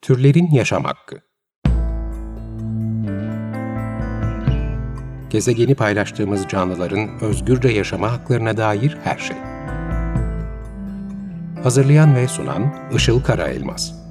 Türlerin yaşam hakkı. Gezegeni paylaştığımız canlıların özgürce yaşama haklarına dair her şey. Hazırlayan ve sunan Işıl Karaelmaz.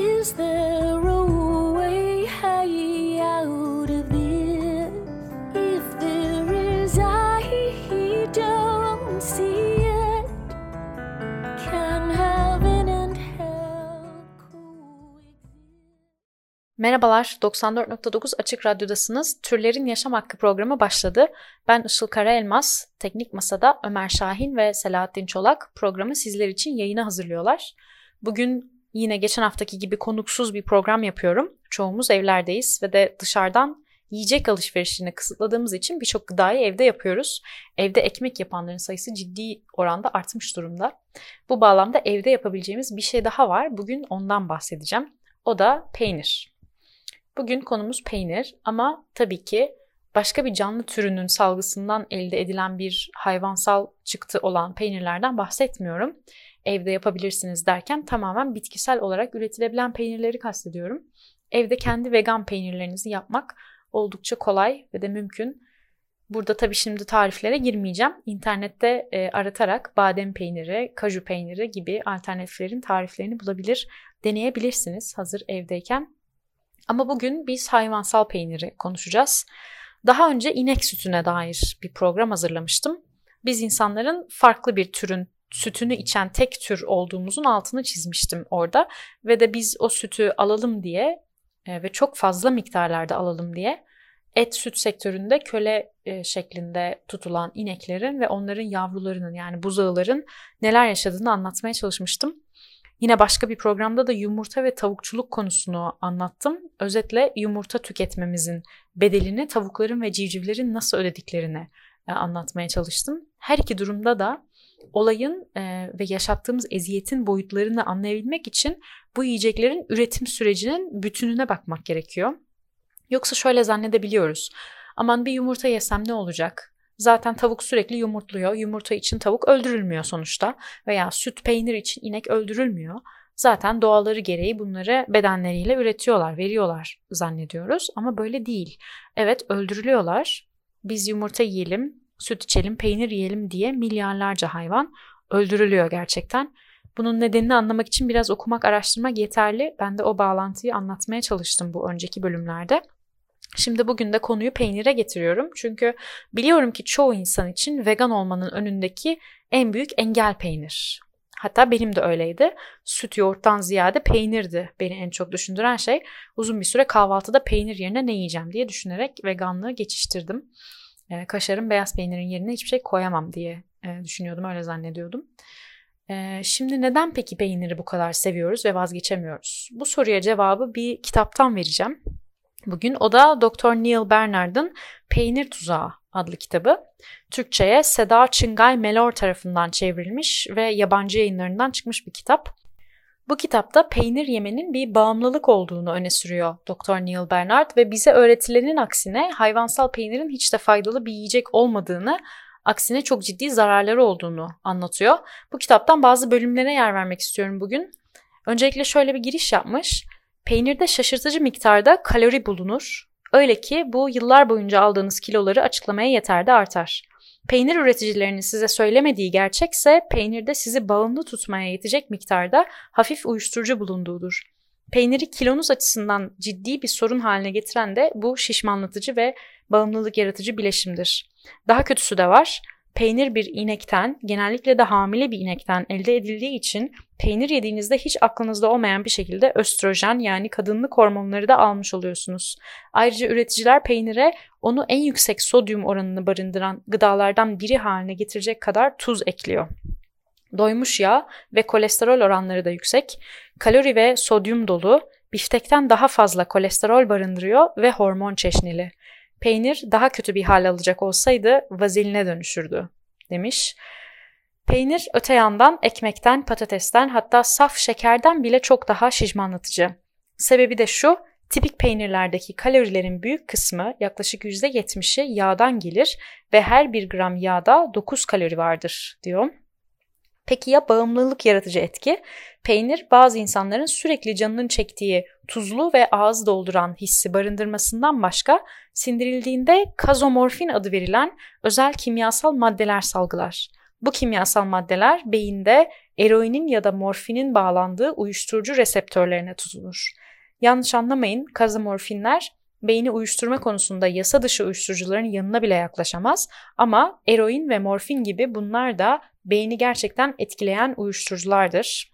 Merhabalar, 94.9 Açık Radyo'dasınız. Türlerin Yaşam Hakkı programı başladı. Ben Işıl Karaelmaz, Teknik Masa'da Ömer Şahin ve Selahattin Çolak programı sizler için yayına hazırlıyorlar. Bugün yine geçen haftaki gibi konuksuz bir program yapıyorum. Çoğumuz evlerdeyiz ve de dışarıdan yiyecek alışverişini kısıtladığımız için birçok gıdayı evde yapıyoruz. Evde ekmek yapanların sayısı ciddi oranda artmış durumda. Bu bağlamda evde yapabileceğimiz bir şey daha var. Bugün ondan bahsedeceğim. O da peynir. Bugün konumuz peynir ama tabii ki başka bir canlı türünün salgısından elde edilen bir hayvansal çıktı olan peynirlerden bahsetmiyorum. Evde yapabilirsiniz derken tamamen bitkisel olarak üretilebilen peynirleri kastediyorum. Evde kendi vegan peynirlerinizi yapmak oldukça kolay ve de mümkün. Burada tabii şimdi tariflere girmeyeceğim. İnternette aratarak badem peyniri, kaju peyniri gibi alternatiflerin tariflerini bulabilir, deneyebilirsiniz hazır evdeyken. Ama bugün biz hayvansal peyniri konuşacağız. Daha önce inek sütüne dair bir program hazırlamıştım. Biz insanların farklı bir türün sütünü içen tek tür olduğumuzun altını çizmiştim orada. Ve de biz o sütü alalım diye ve çok fazla miktarlarda alalım diye et süt sektöründe köle şeklinde tutulan ineklerin ve onların yavrularının yani buzağıların neler yaşadığını anlatmaya çalışmıştım. Yine başka bir programda da yumurta ve tavukçuluk konusunu anlattım. Özetle yumurta tüketmemizin bedelini tavukların ve civcivlerin nasıl ödediklerini anlatmaya çalıştım. Her iki durumda da olayın ve yaşattığımız eziyetin boyutlarını anlayabilmek için bu yiyeceklerin üretim sürecinin bütününe bakmak gerekiyor. Yoksa şöyle zannedebiliyoruz. Aman bir yumurta yesem ne olacak? Zaten tavuk sürekli yumurtluyor. Yumurta için tavuk öldürülmüyor sonuçta. Veya süt, peynir için inek öldürülmüyor. Zaten doğaları gereği bunları bedenleriyle üretiyorlar, veriyorlar zannediyoruz. Ama böyle değil. Evet öldürülüyorlar. Biz yumurta yiyelim, süt içelim, peynir yiyelim diye milyarlarca hayvan öldürülüyor gerçekten. Bunun nedenini anlamak için biraz okumak, araştırmak yeterli. Ben de o bağlantıyı anlatmaya çalıştım bu önceki bölümlerde. Şimdi bugün de konuyu peynire getiriyorum. Çünkü biliyorum ki çoğu insan için vegan olmanın önündeki en büyük engel peynir. Hatta benim de öyleydi. Süt yoğurttan ziyade peynirdi beni en çok düşündüren şey. Uzun bir süre kahvaltıda peynir yerine ne yiyeceğim diye düşünerek veganlığı geçiştirdim. Kaşarın beyaz peynirin yerine hiçbir şey koyamam diye düşünüyordum, öyle zannediyordum. Şimdi neden peki peyniri bu kadar seviyoruz ve vazgeçemiyoruz? Bu soruya cevabı bir kitaptan vereceğim. Bugün o da Dr. Neal Barnard'ın Peynir Tuzağı adlı kitabı. Türkçe'ye Seda Çıngay Melor tarafından çevrilmiş ve yabancı yayınlarından çıkmış bir kitap. Bu kitapta peynir yemenin bir bağımlılık olduğunu öne sürüyor Dr. Neal Barnard ve bize öğretilenin aksine hayvansal peynirin hiç de faydalı bir yiyecek olmadığını, aksine çok ciddi zararları olduğunu anlatıyor. Bu kitaptan bazı bölümlere yer vermek istiyorum bugün. Öncelikle şöyle bir giriş yapmış. Peynirde şaşırtıcı miktarda kalori bulunur. Öyle ki bu yıllar boyunca aldığınız kiloları açıklamaya yeter de artar. Peynir üreticilerinin size söylemediği gerçekse peynirde sizi bağımlı tutmaya yetecek miktarda hafif uyuşturucu bulunduğudur. Peyniri kilonuz açısından ciddi bir sorun haline getiren de bu şişmanlatıcı ve bağımlılık yaratıcı bileşimdir. Daha kötüsü de var. Peynir bir inekten, genellikle de hamile bir inekten elde edildiği için peynir yediğinizde hiç aklınızda olmayan bir şekilde östrojen yani kadınlık hormonları da almış oluyorsunuz. Ayrıca üreticiler peynire onu en yüksek sodyum oranını barındıran gıdalardan biri haline getirecek kadar tuz ekliyor. Doymuş yağ ve kolesterol oranları da yüksek, kalori ve sodyum dolu, biftekten daha fazla kolesterol barındırıyor ve hormon çeşnili. Peynir daha kötü bir hal alacak olsaydı vazeline dönüşürdü, demiş. Peynir öte yandan ekmekten, patatesten hatta saf şekerden bile çok daha şişmanlatıcı. Sebebi de şu, tipik peynirlerdeki kalorilerin büyük kısmı yaklaşık %70'i yağdan gelir ve her 1 gram yağda 9 kalori vardır, diyor. Peki ya bağımlılık yaratıcı etki? Peynir bazı insanların sürekli canının çektiği tuzlu ve ağız dolduran hissi barındırmasından başka sindirildiğinde kazomorfin adı verilen özel kimyasal maddeler salgılar. Bu kimyasal maddeler beyinde eroinin ya da morfinin bağlandığı uyuşturucu reseptörlerine tutunur. Yanlış anlamayın, kazomorfinler beyni uyuşturma konusunda yasa dışı uyuşturucuların yanına bile yaklaşamaz ama eroin ve morfin gibi bunlar da beyni gerçekten etkileyen uyuşturuculardır.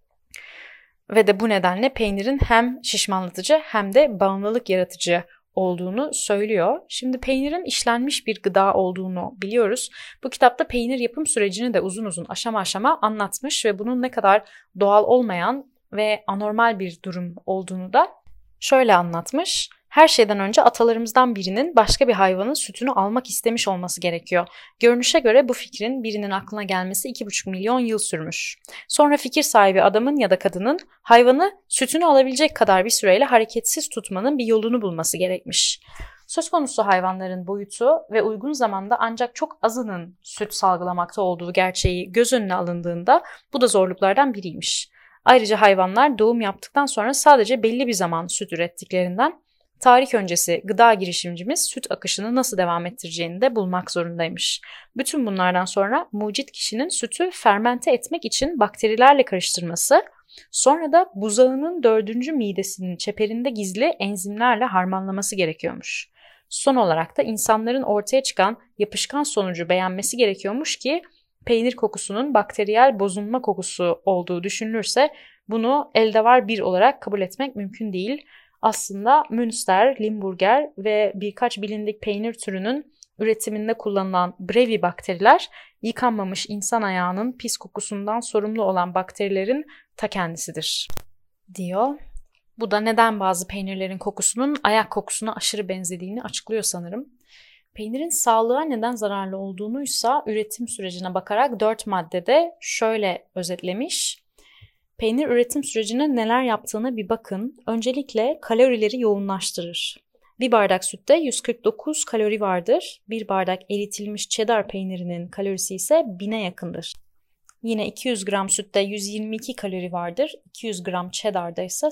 Ve de bu nedenle peynirin hem şişmanlatıcı hem de bağımlılık yaratıcı olduğunu söylüyor. Şimdi peynirin işlenmiş bir gıda olduğunu biliyoruz. Bu kitapta peynir yapım sürecini de uzun uzun aşama aşama anlatmış ve bunun ne kadar doğal olmayan ve anormal bir durum olduğunu da şöyle anlatmış. Her şeyden önce atalarımızdan birinin başka bir hayvanın sütünü almak istemiş olması gerekiyor. Görünüşe göre bu fikrin birinin aklına gelmesi 2,5 milyon yıl sürmüş. Sonra fikir sahibi adamın ya da kadının hayvanı sütünü alabilecek kadar bir süreyle hareketsiz tutmanın bir yolunu bulması gerekmiş. Söz konusu hayvanların boyutu ve uygun zamanda ancak çok azının süt salgılamakta olduğu gerçeği göz önüne alındığında bu da zorluklardan biriymiş. Ayrıca hayvanlar doğum yaptıktan sonra sadece belli bir zaman süt ürettiklerinden tarih öncesi gıda girişimcimiz süt akışını nasıl devam ettireceğini de bulmak zorundaymış. Bütün bunlardan sonra mucit kişinin sütü fermente etmek için bakterilerle karıştırması, sonra da buzağının 4. midesinin çeperinde gizli enzimlerle harmanlaması gerekiyormuş. Son olarak da insanların ortaya çıkan yapışkan sonucu beğenmesi gerekiyormuş ki peynir kokusunun bakteriyel bozulma kokusu olduğu düşünülürse bunu elde var bir olarak kabul etmek mümkün değil. Aslında Münster, Limburger ve birkaç bilindik peynir türünün üretiminde kullanılan brevi bakteriler yıkanmamış insan ayağının pis kokusundan sorumlu olan bakterilerin ta kendisidir, diyor. Bu da neden bazı peynirlerin kokusunun ayak kokusuna aşırı benzediğini açıklıyor sanırım. Peynirin sağlığa neden zararlı olduğunuysa üretim sürecine bakarak 4 maddede şöyle özetlemiş. Peynir üretim sürecine neler yaptığına bir bakın. Öncelikle kalorileri yoğunlaştırır. Bir bardak sütte 149 kalori vardır. Bir bardak eritilmiş cheddar peynirinin kalorisi ise 1000'e yakındır. Yine 200 gram sütte 122 kalori vardır. 200 gram cheddar'da ise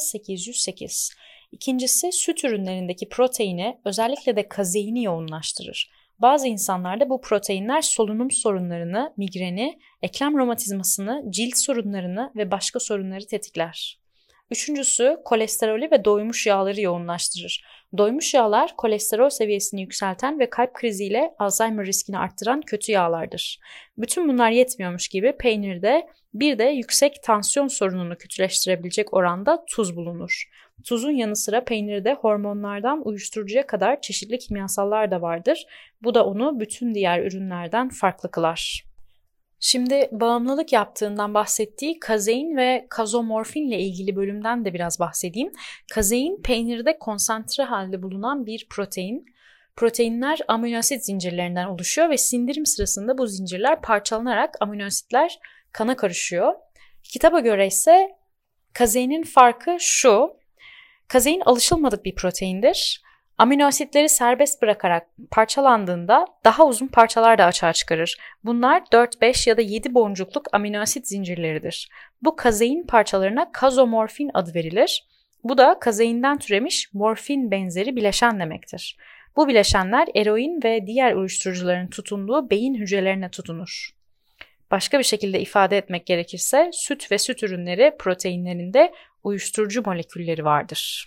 808. İkincisi süt ürünlerindeki proteini, özellikle de kazeini yoğunlaştırır. Bazı insanlarda bu proteinler solunum sorunlarını, migreni, eklem romatizmasını, cilt sorunlarını ve başka sorunları tetikler. Üçüncüsü kolesterolü ve doymuş yağları yoğunlaştırır. Doymuş yağlar kolesterol seviyesini yükselten ve kalp kriziyle Alzheimer riskini arttıran kötü yağlardır. Bütün bunlar yetmiyormuş gibi peynirde bir de yüksek tansiyon sorununu kötüleştirebilecek oranda tuz bulunur. Tuzun yanı sıra peynirde hormonlardan uyuşturucuya kadar çeşitli kimyasallar da vardır. Bu da onu bütün diğer ürünlerden farklı kılar. Şimdi bağımlılık yaptığından bahsettiği kazein ve kazomorfin ile ilgili bölümden de biraz bahsedeyim. Kazein peynirde konsantre halde bulunan bir protein. Proteinler amino asit zincirlerinden oluşuyor ve sindirim sırasında bu zincirler parçalanarak amino asitler kana karışıyor. Kitaba göre ise kazeinin farkı şu: kazein alışılmadık bir proteindir. Amino asitleri serbest bırakarak parçalandığında daha uzun parçalar da açığa çıkarır. Bunlar 4, 5 ya da 7 boncukluk amino asit zincirleridir. Bu kazein parçalarına kazomorfin adı verilir. Bu da kazeinden türemiş morfin benzeri bileşen demektir. Bu bileşenler eroin ve diğer uyuşturucuların tutunduğu beyin hücrelerine tutunur. Başka bir şekilde ifade etmek gerekirse süt ve süt ürünleri proteinlerinde uyuşturucu molekülleri vardır.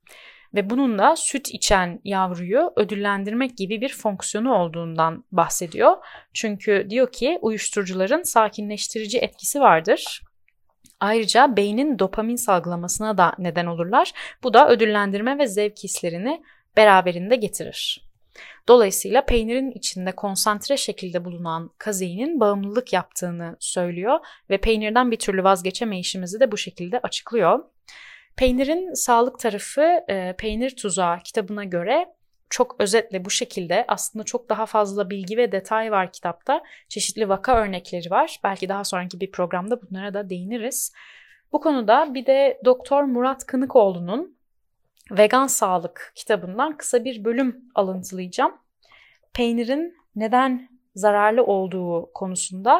Ve bunun da süt içen yavruyu ödüllendirmek gibi bir fonksiyonu olduğundan bahsediyor. Çünkü diyor ki uyuşturucuların sakinleştirici etkisi vardır. Ayrıca beynin dopamin salgılamasına da neden olurlar. Bu da ödüllendirme ve zevk hislerini beraberinde getirir. Dolayısıyla peynirin içinde konsantre şekilde bulunan kazeinin bağımlılık yaptığını söylüyor ve peynirden bir türlü vazgeçemeyişimizi de bu şekilde açıklıyor. Peynirin sağlık tarafı Peynir Tuzağı kitabına göre çok özetle bu şekilde. Aslında çok daha fazla bilgi ve detay var kitapta. Çeşitli vaka örnekleri var. Belki daha sonraki bir programda bunlara da değiniriz. Bu konuda bir de Doktor Murat Kınıkoğlu'nun Vegan Sağlık kitabından kısa bir bölüm alıntılayacağım. Peynirin neden zararlı olduğu konusunda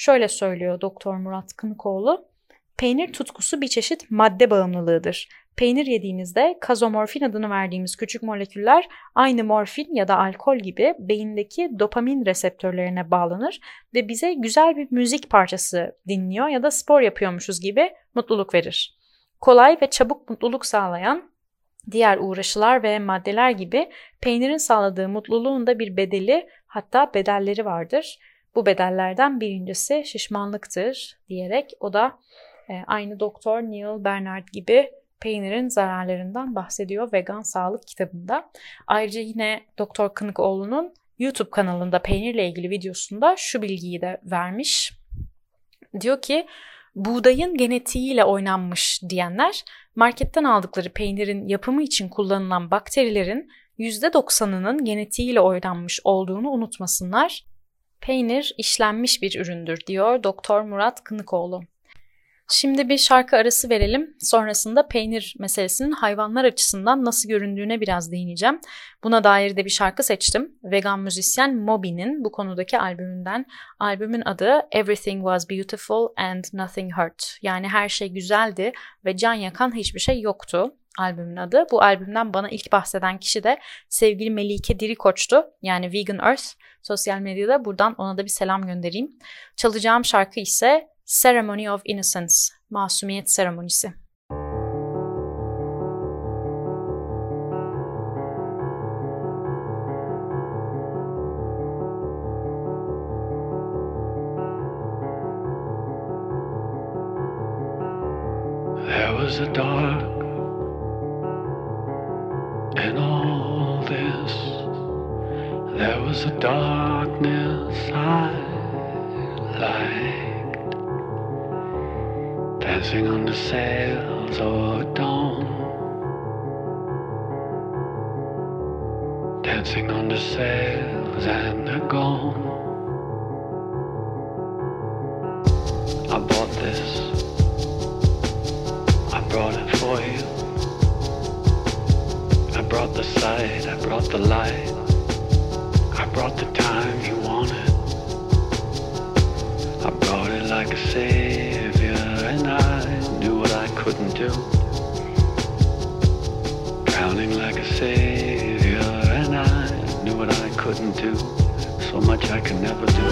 Şöyle söylüyor Doktor Murat Kınıkoğlu. Peynir tutkusu bir çeşit madde bağımlılığıdır. Peynir yediğimizde kazomorfin adını verdiğimiz küçük moleküller aynı morfin ya da alkol gibi beyindeki dopamin reseptörlerine bağlanır ve bize güzel bir müzik parçası dinliyor ya da spor yapıyormuşuz gibi mutluluk verir. Kolay ve çabuk mutluluk sağlayan diğer uğraşılar ve maddeler gibi peynirin sağladığı mutluluğun da bir bedeli, hatta bedelleri vardır. Bu bedellerden birincisi şişmanlıktır diyerek o da aynı Doktor Neil Bernard gibi peynirin zararlarından bahsediyor Vegan Sağlık kitabında. Ayrıca yine Doktor Kınıkoğlu'nun YouTube kanalında peynirle ilgili videosunda şu bilgiyi de vermiş. Diyor ki buğdayın genetiğiyle oynanmış diyenler marketten aldıkları peynirin yapımı için kullanılan bakterilerin %90'ının genetiğiyle oynanmış olduğunu unutmasınlar. Peynir işlenmiş bir üründür diyor Doktor Murat Kınıkoğlu. Şimdi bir şarkı arası verelim. Sonrasında peynir meselesinin hayvanlar açısından nasıl göründüğüne biraz değineceğim. Buna dair de bir şarkı seçtim. Vegan müzisyen Moby'nin bu konudaki albümünden. Albümün adı Everything Was Beautiful and Nothing Hurt. Yani her şey güzeldi ve can yakan hiçbir şey yoktu. Albümün adı. Bu albümden bana ilk bahseden kişi de sevgili Melike Dirikoç'tu. Yani Vegan Earth. Sosyal medyada buradan ona da bir selam göndereyim. Çalacağım şarkı ise Ceremony of Innocence, Masumiyet Seremonisi. There was a dark in all this. There was a darkness I liked. Dancing under sails of dawn. Dancing under sails and they're gone. I bought this. I brought it for you. I brought the sight, I brought the light. I brought the time you wanted. I brought it like a savior, and I knew what I couldn't do. Drowning like a savior, and I knew what I couldn't do. So much I can never do.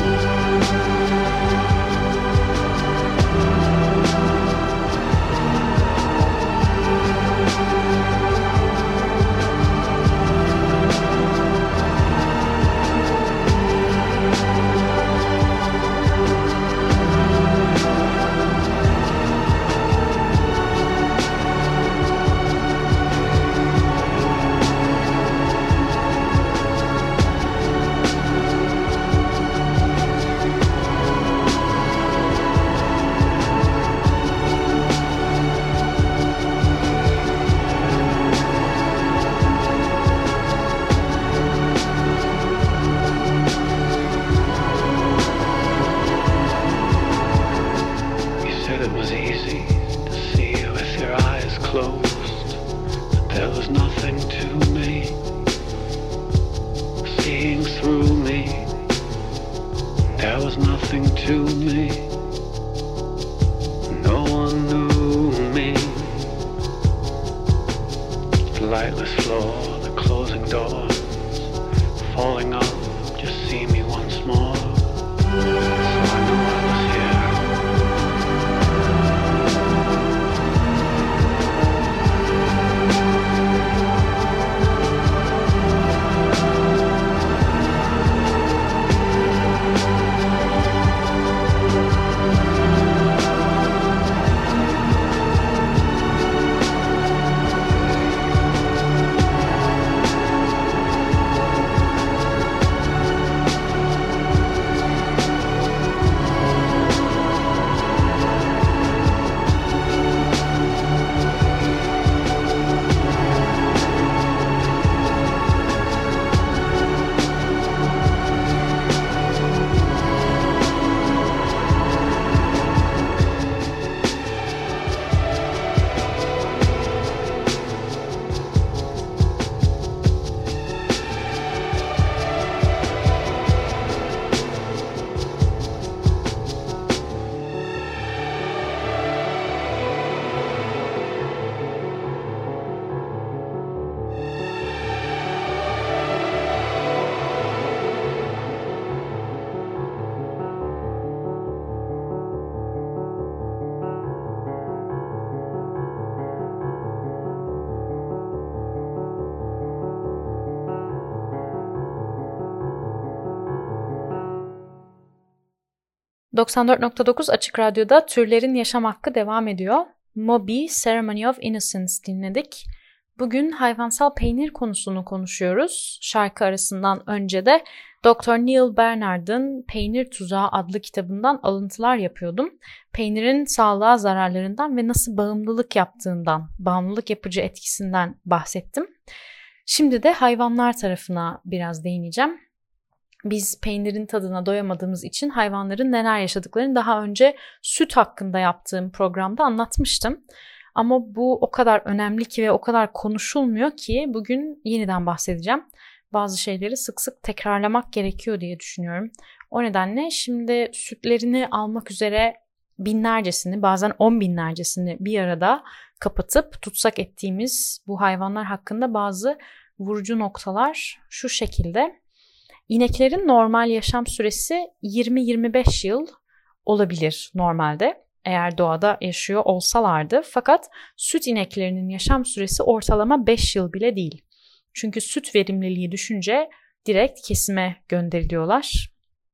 94.9 Açık Radyo'da Türlerin Yaşam Hakkı devam ediyor. Moby, Ceremony of Innocence dinledik. Bugün hayvansal peynir konusunu konuşuyoruz. Şarkı arasından önce de Dr. Neil Barnard'ın Peynir Tuzağı adlı kitabından alıntılar yapıyordum. Peynirin sağlığa zararlarından ve nasıl bağımlılık yaptığından, bağımlılık yapıcı etkisinden bahsettim. Şimdi de hayvanlar tarafına biraz değineceğim. Biz peynirin tadına doyamadığımız için hayvanların neler yaşadıklarını daha önce süt hakkında yaptığım programda anlatmıştım. Ama bu o kadar önemli ki ve o kadar konuşulmuyor ki bugün yeniden bahsedeceğim. Bazı şeyleri sık sık tekrarlamak gerekiyor diye düşünüyorum. O nedenle şimdi sütlerini almak üzere binlercesini, bazen 10 binlercesini bir arada kapatıp tutsak ettiğimiz bu hayvanlar hakkında bazı vurucu noktalar şu şekilde. İneklerin normal yaşam süresi 20-25 yıl olabilir normalde, eğer doğada yaşıyor olsalardı. Fakat süt ineklerinin yaşam süresi ortalama 5 yıl bile değil. Çünkü süt verimliliği düşünce direkt kesime gönderiliyorlar.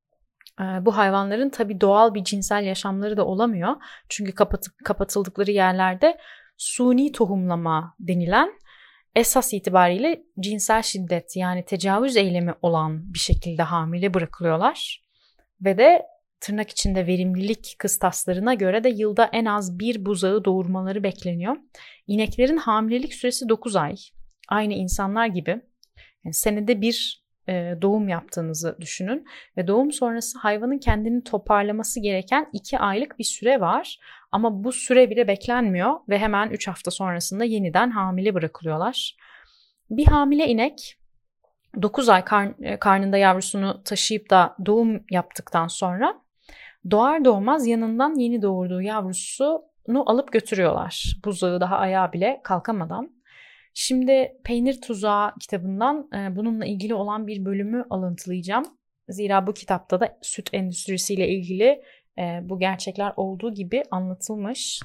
Bu hayvanların tabii doğal bir cinsel yaşamları da olamıyor. Çünkü kapatıldıkları yerlerde suni tohumlama denilen esas itibariyle cinsel şiddet, yani tecavüz eylemi olan bir şekilde hamile bırakılıyorlar. Ve de tırnak içinde verimlilik kıstaslarına göre de yılda en az bir buzağı doğurmaları bekleniyor. İneklerin hamilelik süresi 9 ay. Aynı insanlar gibi. Yani senede bir doğum yaptığınızı düşünün. Ve doğum sonrası hayvanın kendini toparlaması gereken 2 aylık bir süre var. Ama bu süre bile beklenmiyor ve hemen 3 hafta sonrasında yeniden hamile bırakılıyorlar. Bir hamile inek 9 ay karnında yavrusunu taşıyıp da doğum yaptıktan sonra doğar doğmaz yanından yeni doğurduğu yavrusunu alıp götürüyorlar. Buzağı daha ayağa bile kalkamadan. Şimdi Peynir Tuzağı kitabından bununla ilgili olan bir bölümü alıntılayacağım. Zira bu kitapta da süt endüstrisiyle ilgili bu gerçekler olduğu gibi anlatılmış.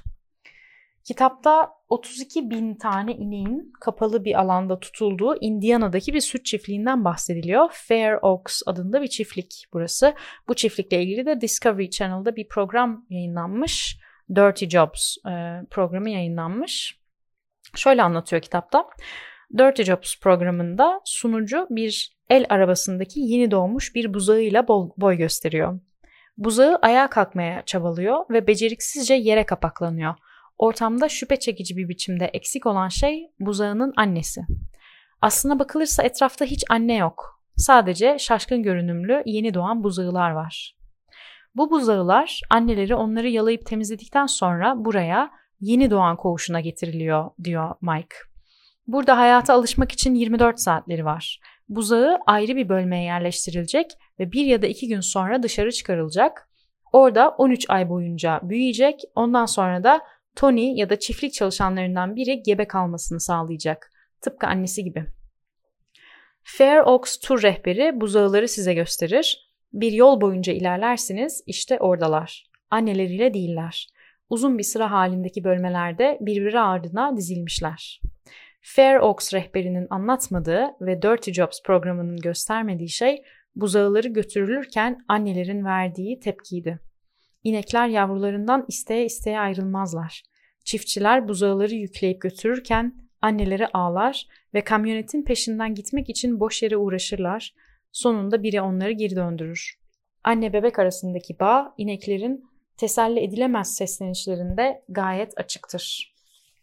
Kitapta 32 bin tane ineğin kapalı bir alanda tutulduğu Indiana'daki bir süt çiftliğinden bahsediliyor. Fair Oaks adında bir çiftlik burası. Bu çiftlikle ilgili de Discovery Channel'da bir program yayınlanmış. Dirty Jobs programı yayınlanmış. Şöyle anlatıyor kitapta. Dirty Jobs programında sunucu bir el arabasındaki yeni doğmuş bir buzağıyla boy gösteriyor. Buzağı ayağa kalkmaya çabalıyor ve beceriksizce yere kapaklanıyor. Ortamda şüphe çekici bir biçimde eksik olan şey buzağının annesi. Aslına bakılırsa etrafta hiç anne yok. Sadece şaşkın görünümlü yeni doğan buzağılar var. Bu buzağılar anneleri onları yalayıp temizledikten sonra buraya yeni doğan koğuşuna getiriliyor diyor Mike. Burada hayata alışmak için 24 saatleri var. Buzağı ayrı bir bölmeye yerleştirilecek ve 1 ya da 2 gün sonra dışarı çıkarılacak. Orada 13 ay boyunca büyüyecek. Ondan sonra da Tony ya da çiftlik çalışanlarından biri gebe kalmasını sağlayacak. Tıpkı annesi gibi. Fair Oaks tur rehberi buzağıları size gösterir. Bir yol boyunca ilerlersiniz, işte oradalar. Anneleriyle değiller. Uzun bir sıra halindeki bölmelerde birbiri ardına dizilmişler. Fair Oaks rehberinin anlatmadığı ve Dirty Jobs programının göstermediği şey buzağıları götürülürken annelerin verdiği tepkiydi. İnekler yavrularından isteye isteye ayrılmazlar. Çiftçiler buzağıları yükleyip götürürken anneleri ağlar ve kamyonetin peşinden gitmek için boş yere uğraşırlar. Sonunda biri onları geri döndürür. Anne bebek arasındaki bağ ineklerin teselli edilemez seslenişlerinde gayet açıktır.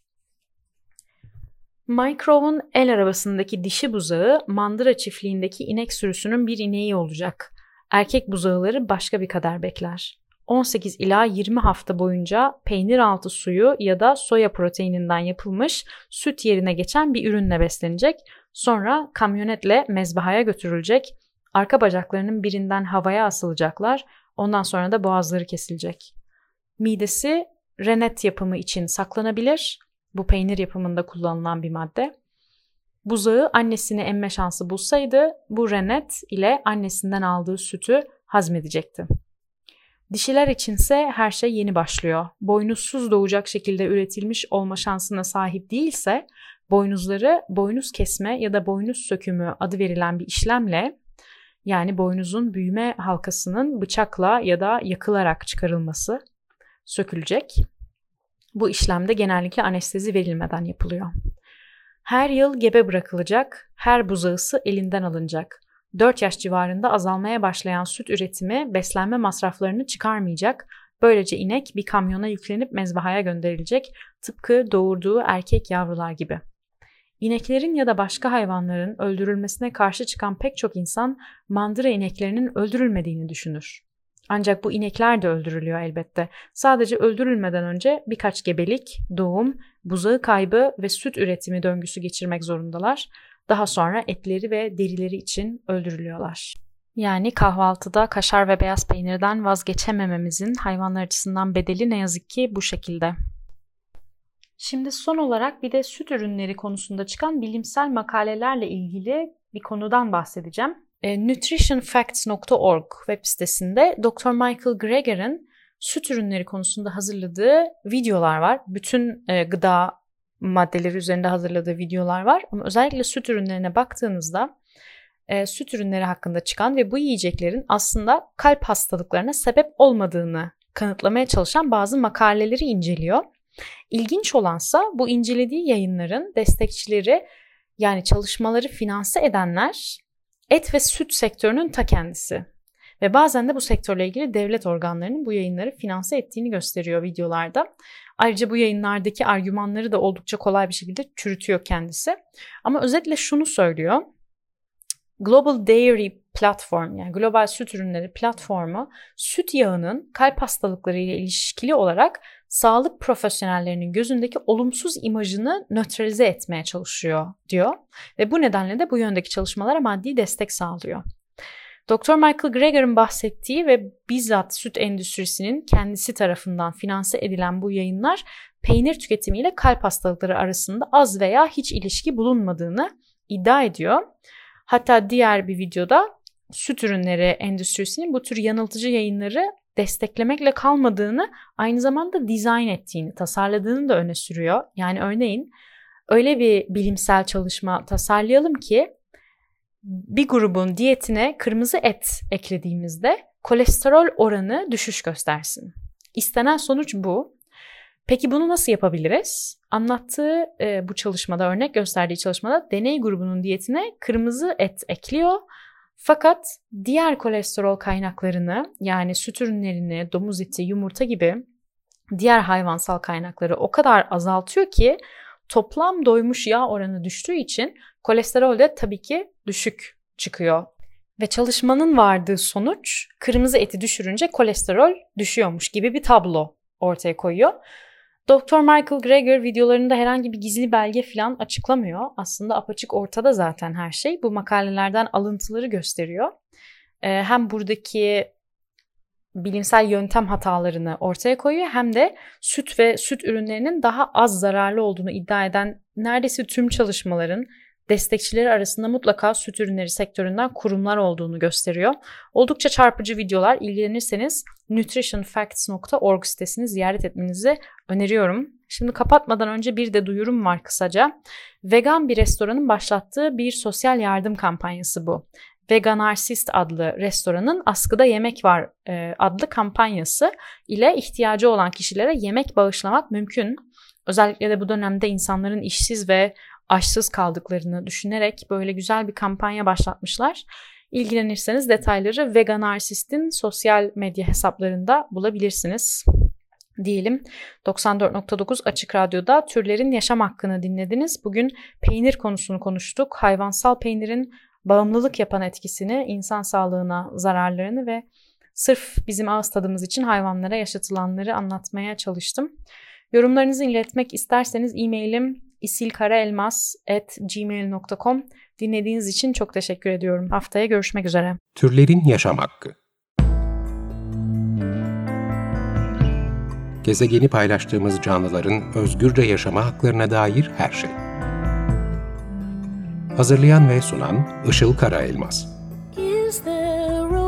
Mike Rowe'un el arabasındaki dişi buzağı mandıra çiftliğindeki inek sürüsünün bir ineği olacak. Erkek buzağıları başka bir kader bekler. 18 ila 20 hafta boyunca peynir altı suyu ya da soya proteininden yapılmış süt yerine geçen bir ürünle beslenecek. Sonra kamyonetle mezbahaya götürülecek. Arka bacaklarının birinden havaya asılacaklar. Ondan sonra da boğazları kesilecek. Midesi rennet yapımı için saklanabilir. Bu peynir yapımında kullanılan bir madde. Buzağı annesini emme şansı bulsaydı bu rennet ile annesinden aldığı sütü hazmedecekti. Dişiler içinse her şey yeni başlıyor. Boynuzsuz doğacak şekilde üretilmiş olma şansına sahip değilse boynuzları boynuz kesme ya da boynuz sökümü adı verilen bir işlemle Yani boynuzun büyüme halkasının bıçakla ya da yakılarak çıkarılması sökülecek. Bu işlemde genellikle anestezi verilmeden yapılıyor. Her yıl gebe bırakılacak, her buzağısı elinden alınacak. 4 yaş civarında azalmaya başlayan süt üretimi beslenme masraflarını çıkarmayacak. Böylece inek bir kamyona yüklenip mezbahaya gönderilecek, tıpkı doğurduğu erkek yavrular gibi. İneklerin ya da başka hayvanların öldürülmesine karşı çıkan pek çok insan mandıra ineklerinin öldürülmediğini düşünür. Ancak bu inekler de öldürülüyor elbette. Sadece öldürülmeden önce birkaç gebelik, doğum, buzağı kaybı ve süt üretimi döngüsü geçirmek zorundalar. Daha sonra etleri ve derileri için öldürülüyorlar. Yani kahvaltıda kaşar ve beyaz peynirden vazgeçemememizin hayvanlar açısından bedeli ne yazık ki bu şekilde. Şimdi son olarak bir de süt ürünleri konusunda çıkan bilimsel makalelerle ilgili bir konudan bahsedeceğim. Nutritionfacts.org web sitesinde Dr. Michael Greger'ın süt ürünleri konusunda hazırladığı videolar var. Bütün gıda maddeleri üzerinde hazırladığı videolar var. Ama özellikle süt ürünlerine baktığınızda süt ürünleri hakkında çıkan ve bu yiyeceklerin aslında kalp hastalıklarına sebep olmadığını kanıtlamaya çalışan bazı makaleleri inceliyor. İlginç olansa bu incelediği yayınların destekçileri, yani çalışmaları finanse edenler et ve süt sektörünün ta kendisi. Ve bazen de bu sektörle ilgili devlet organlarının bu yayınları finanse ettiğini gösteriyor videolarda. Ayrıca bu yayınlardaki argümanları da oldukça kolay bir şekilde çürütüyor kendisi. Ama özetle şunu söylüyor. Global Dairy Platform, yani Global Süt Ürünleri Platformu, süt yağının kalp hastalıkları ile ilişkili olarak sağlık profesyonellerinin gözündeki olumsuz imajını nötralize etmeye çalışıyor diyor. Ve bu nedenle de bu yöndeki çalışmalara maddi destek sağlıyor. Dr. Michael Greger'ın bahsettiği ve bizzat süt endüstrisinin kendisi tarafından finanse edilen bu yayınlar peynir tüketimiyle kalp hastalıkları arasında az veya hiç ilişki bulunmadığını iddia ediyor. Hatta diğer bir videoda süt ürünleri endüstrisinin bu tür yanıltıcı yayınları desteklemekle kalmadığını, aynı zamanda dizayn ettiğini, tasarladığını da öne sürüyor. Yani örneğin öyle bir bilimsel çalışma tasarlayalım ki bir grubun diyetine kırmızı et eklediğimizde kolesterol oranı düşüş göstersin. İstenen sonuç bu. Peki bunu nasıl yapabiliriz? Anlattığı bu çalışmada, örnek gösterdiği çalışmada deney grubunun diyetine kırmızı et ekliyor. Fakat diğer kolesterol kaynaklarını, yani süt ürünlerini, domuz eti, yumurta gibi diğer hayvansal kaynakları o kadar azaltıyor ki toplam doymuş yağ oranı düştüğü için kolesterol de tabii ki düşük çıkıyor. Ve çalışmanın vardığı sonuç kırmızı eti düşürünce kolesterol düşüyormuş gibi bir tablo ortaya koyuyor. Dr. Michael Greger videolarında herhangi bir gizli belge falan açıklamıyor. Aslında apaçık ortada zaten her şey. Bu makalelerden alıntıları gösteriyor. Hem buradaki bilimsel yöntem hatalarını ortaya koyuyor, hem de süt ve süt ürünlerinin daha az zararlı olduğunu iddia eden neredeyse tüm çalışmaların destekçileri arasında mutlaka süt ürünleri sektöründen kurumlar olduğunu gösteriyor. Oldukça çarpıcı videolar. İlgilenirseniz nutritionfacts.org sitesini ziyaret etmenizi öneriyorum. Şimdi kapatmadan önce bir de duyurum var kısaca. Vegan bir restoranın başlattığı bir sosyal yardım kampanyası bu. Veganarcist adlı restoranın Askıda Yemek Var adlı kampanyası ile ihtiyacı olan kişilere yemek bağışlamak mümkün. Özellikle de bu dönemde insanların işsiz ve açsız kaldıklarını düşünerek böyle güzel bir kampanya başlatmışlar. İlgilenirseniz detayları Veganarcist'in sosyal medya hesaplarında bulabilirsiniz. Diyelim 94.9 Açık Radyo'da Türlerin Yaşam Hakkını dinlediniz. Bugün peynir konusunu konuştuk. Hayvansal peynirin bağımlılık yapan etkisini, insan sağlığına zararlarını ve sırf bizim ağız tadımız için hayvanlara yaşatılanları anlatmaya çalıştım. Yorumlarınızı iletmek isterseniz e-mailim isilkaraelmas@gmail.com. Dinlediğiniz için çok teşekkür ediyorum. Haftaya görüşmek üzere. Türlerin Yaşam Hakkı. Gezegeni paylaştığımız canlıların özgürce yaşama haklarına dair her şey. Hazırlayan ve sunan Işıl Karaelmaz. Is there